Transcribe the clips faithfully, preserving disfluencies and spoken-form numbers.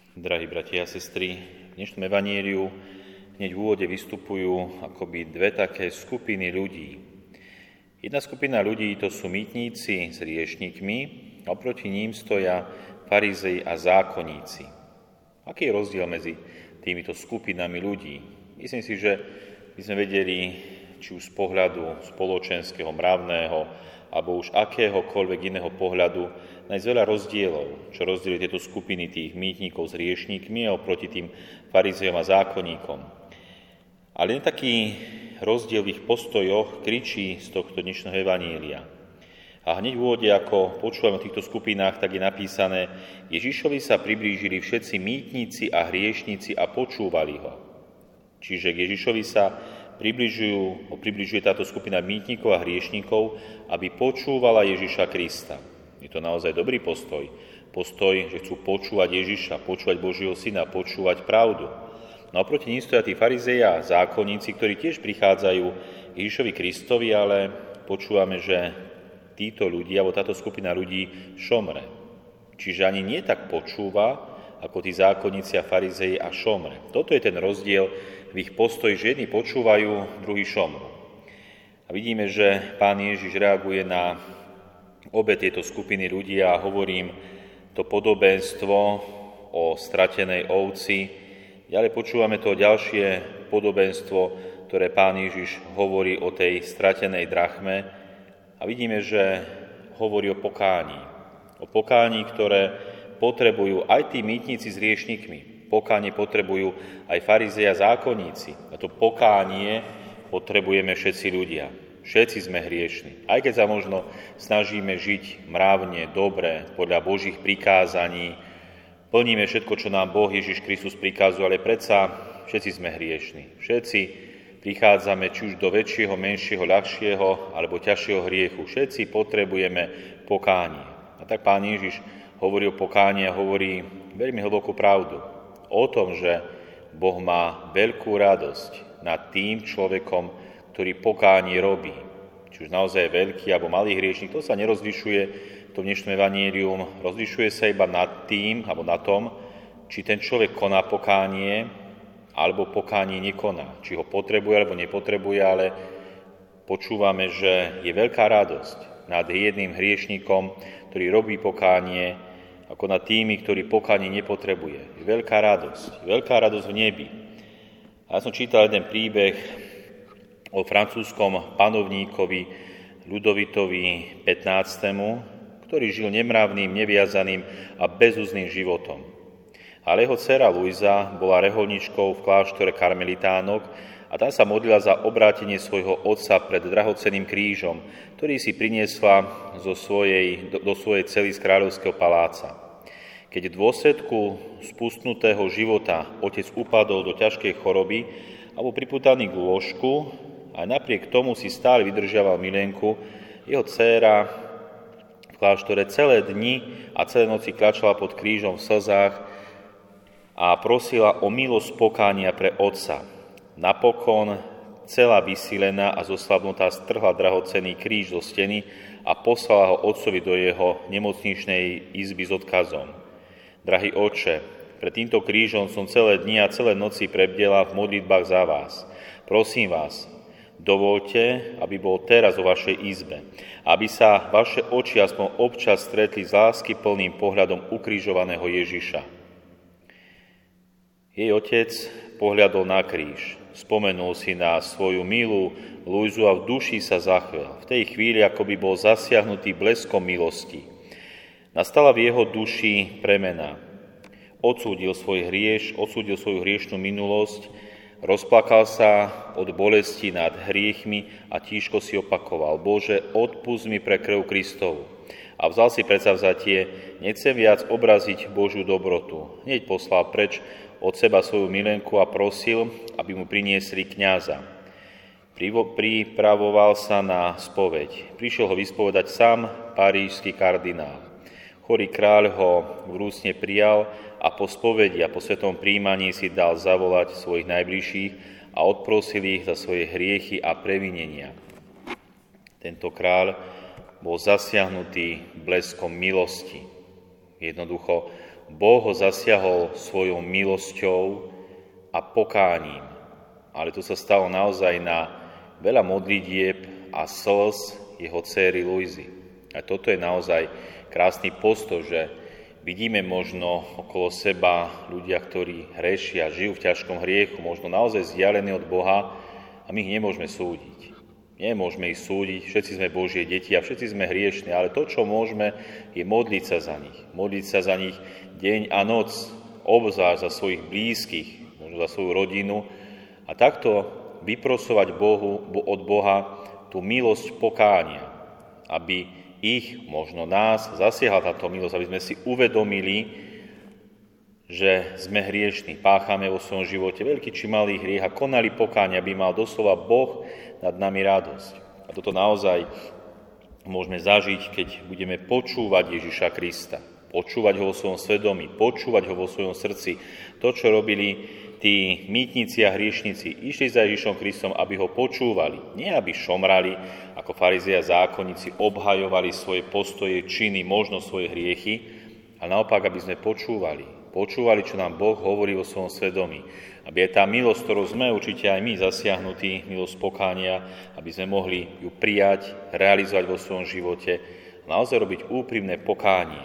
Drahí bratia a sestry, v dnešnom evanjeliu hneď v úvode vystupujú akoby dve také skupiny ľudí. Jedna skupina ľudí to sú mýtníci s hriešnikmi, a oproti ním stoja farizei a zákonníci. Aký je rozdiel medzi týmito skupinami ľudí? Myslím si, že by sme vedeli, či už z pohľadu spoločenského, mravného, alebo už akéhokoľvek iného pohľadu, nájsť veľa rozdielov, čo rozdieluje tieto skupiny tých mýtnikov s hriešníkmi a oproti tým farizejom a zákonníkom. Ale len taký rozdiel v ich postojoch kričí z tohto dnešného evanjelia. A hneď v úvode, ako počúvame o týchto skupinách, tak je napísané: Ježišovi sa priblížili všetci mýtnici a hriešníci a počúvali ho. Čiže k Ježišovi sa približujú, približuje táto skupina mýtnikov a hriešníkov, aby počúvala Ježiša Krista. Je to naozaj dobrý postoj. Postoj, že chcú počúvať Ježiša, počúvať Božieho Syna, počúvať pravdu. No a proti ním stoja tí farizei a zákonníci, ktorí tiež prichádzajú Ježišovi Kristovi, ale počúvame, že títo ľudia, alebo táto skupina ľudí šomre. Čiže ani nie tak počúva, ako tí zákonníci a farizei a šomre. Toto je ten rozdiel v ich postoji, že jedni počúvajú, druhí šomru. A vidíme, že Pán Ježiš reaguje na obe tieto skupiny ľudí a hovorím to podobenstvo o stratenej ovci. Ďalej počúvame to ďalšie podobenstvo, ktoré Pán Ježiš hovorí o tej stratenej drachme a vidíme, že hovorí o pokání. O pokání, ktoré potrebujú aj tí mýtnici s hriešnikmi. Pokánie potrebujú aj farizei a zákonníci. A to pokánie potrebujeme všetci ľudia. Všetci sme hriešni. Aj keď sa možno snažíme žiť mravne, dobre, podľa Božích prikázaní, plníme všetko, čo nám Boh Ježiš Kristus prikazuje, ale predsa všetci sme hriešni. Všetci prichádzame či už do väčšieho, menšieho, ľahšieho alebo ťažšieho hriechu. Všetci potrebujeme pokánie. A tak Pán Ježiš hovorí o pokáni a hovorí veľmi hlbokú pravdu. O tom, že Boh má veľkú radosť nad tým človekom, ktorý pokánie robí. Či už naozaj veľký alebo malý hriešnik, to sa nerozlišuje v tom dnešnom evanjelium. Rozlišuje sa iba nad tým, alebo na tom, či ten človek koná pokánie, alebo pokánie nekoná. Či ho potrebuje, alebo nepotrebuje, ale počúvame, že je veľká radosť nad jedným hriešnikom, ktorý robí pokánie, ako nad tými, ktorí pokánie nepotrebuje. Je veľká radosť. Veľká radosť v nebi. A ja som čítal jeden príbeh o francúzskom panovníkovi Ludovitovi pätnástemu, ktorý žil nemravným, neviazaným a bezúzným životom. Ale jeho dcera Luisa bola reholničkou v kláštore karmelitánok a tá sa modlila za obrátenie svojho otca pred drahocenným krížom, ktorý si priniesla zo svojej, do, do svojej cely z kráľovského paláca. Keď v dôsledku spustnutého života otec upadol do ťažkej choroby a bol pripútaný k lôžku, aj napriek tomu si stále vydržiaval milenku, jeho dcéra v kláštore celé dni a celé noci klačala pod krížom v slzách a prosila o milosť pokánia pre otca. Napokon celá vysilená a zoslabnutá strhla drahocenný kríž zo steny a poslala ho otcovi do jeho nemocničnej izby s odkazom. Drahý otče, pred týmto krížom som celé dni a celé noci prebdela v modlitbách za vás. Prosím vás, dovoľte, aby bol teraz vo vašej izbe, aby sa vaše oči aspoň občas stretli s láskyplným pohľadom ukrižovaného Ježiša. Jej otec pohľadol na kríž, spomenul si na svoju milú Luizu a v duši sa zachvel. V tej chvíli, ako by bol zasiahnutý bleskom milosti. Nastala v jeho duši premena. Odsúdil svoj hrieš, odsúdil svoju hriešnú minulosť, rozplakal sa od bolesti nad hriechmi a tížko si opakoval: Bože, odpusť mi pre krv Kristovu. A vzal si predsavzatie: nechcem viac obraziť Božiu dobrotu. Hneď poslal preč od seba svoju milenku a prosil, aby mu priniesli kňaza. Pripravoval sa na spoveď. Prišiel ho vyspovedať sám parížský kardinál. Chorý kráľ ho vrúcne prijal a po spovedi a po svetom príjmaní si dal zavolať svojich najbližších a odprosil ich za svoje hriechy a previnenia. Tento kráľ bol zasiahnutý bleskom milosti. Jednoducho Boh ho zasiahol svojou milosťou a pokáním. Ale to sa stalo naozaj na veľa modlitieb a slz jeho dcéry Luizy. A toto je naozaj krásny postoj, že vidíme možno okolo seba ľudia, ktorí hrešia, žijú v ťažkom hriechu, možno naozaj vzdialení od Boha a my ich nemôžeme súdiť. Nemôžeme ich súdiť, všetci sme Božie deti a všetci sme hriešni, ale to, čo môžeme, je modliť sa za nich. Modliť sa za nich deň a noc, obzvlášť za svojich blízkych, možno za svoju rodinu a takto vyprosovať Bohu, od Boha tú milosť pokánia, aby ich, možno nás, zasiahla táto milosť, aby sme si uvedomili, že sme hriešni, páchame vo svojom živote veľký či malý hriech a konali pokánie, aby mal doslova Boh nad nami radosť. A toto naozaj môžeme zažiť, keď budeme počúvať Ježiša Krista. Počúvať ho vo svojom svedomí, počúvať ho vo svojom srdci. To, čo robili tí mýtnici a hriešnici, išli za Ježišom Kristom, aby ho počúvali. Nie, aby šomrali, ako farizei a zákonníci obhajovali svoje postoje, činy, možno svoje hriechy, ale naopak, aby sme počúvali. Počúvali, čo nám Boh hovorí vo svojom svedomí. Aby aj tá milosť, ktorú sme určite aj my zasiahnutí, milosť pokánia, aby sme mohli ju prijať, realizovať vo svojom živote a naozaj robiť úprimné pokánie.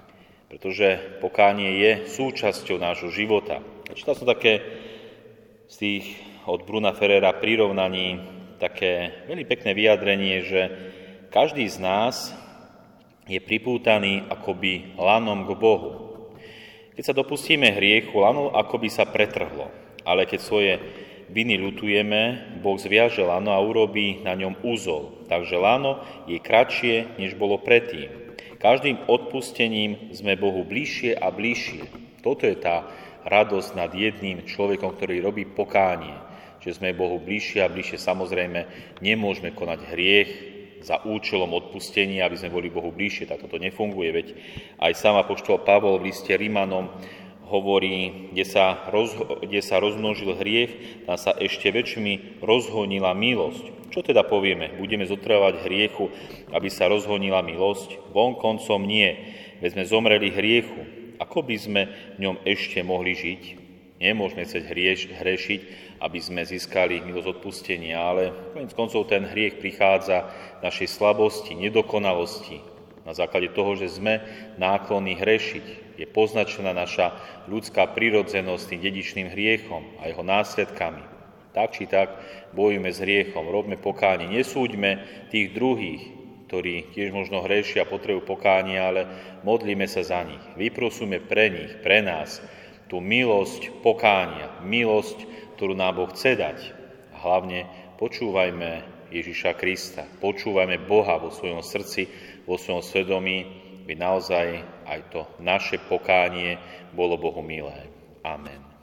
Pretože pokánie je súčasťou nášho života. Čítal som také z tých od Bruna Ferrera prirovnaní, také veľmi pekné vyjadrenie, že každý z nás je pripútaný akoby lanom k Bohu. Keď sa dopustíme hriechu, lano akoby sa pretrhlo, ale keď svoje viny ľutujeme, Boh zviaže lano a urobí na ňom úzol. Takže lano je kratšie, než bolo predtým. Každým odpustením sme Bohu bližšie a bližšie. Toto je tá radosť nad jedným človekom, ktorý robí pokánie, že sme Bohu bližšie a bližšie. Samozrejme, nemôžeme konať hriech za účelom odpustenia, aby sme boli Bohu bližšie. Tak toto nefunguje, veď aj sám apoštol Pavol v liste Rimanom hovorí, kde sa, rozho- kde sa rozmnožil hriech, tam sa ešte väčšmi rozhonila milosť. Čo teda povieme? Budeme zotrvávať hriechu, aby sa rozhonila milosť? Vonkoncom nie, veď sme zomreli hriechu. Ako by sme v ňom ešte mohli žiť? Nemôžeme chcieť hrieš, hrešiť, aby sme získali milosť odpustenia, ale koniec koncov ten hriech prichádza v našej slabosti, nedokonalosti. Na základe toho, že sme náklonní hrešiť, je poznačená naša ľudská prirodzenosť tým dedičným hriechom a jeho následkami. Tak či tak bojujme s hriechom, robme pokánie, nesúďme tých druhých, ktorí tiež možno hrešia a potrebujú pokánie, ale modlíme sa za nich. Vyprosujme pre nich, pre nás tú milosť pokánia, milosť, ktorú nám Boh chce dať. A hlavne počúvajme Ježiša Krista, počúvajme Boha vo svojom srdci, vo svojom svedomí, aby naozaj aj to naše pokánie bolo Bohu milé. Amen.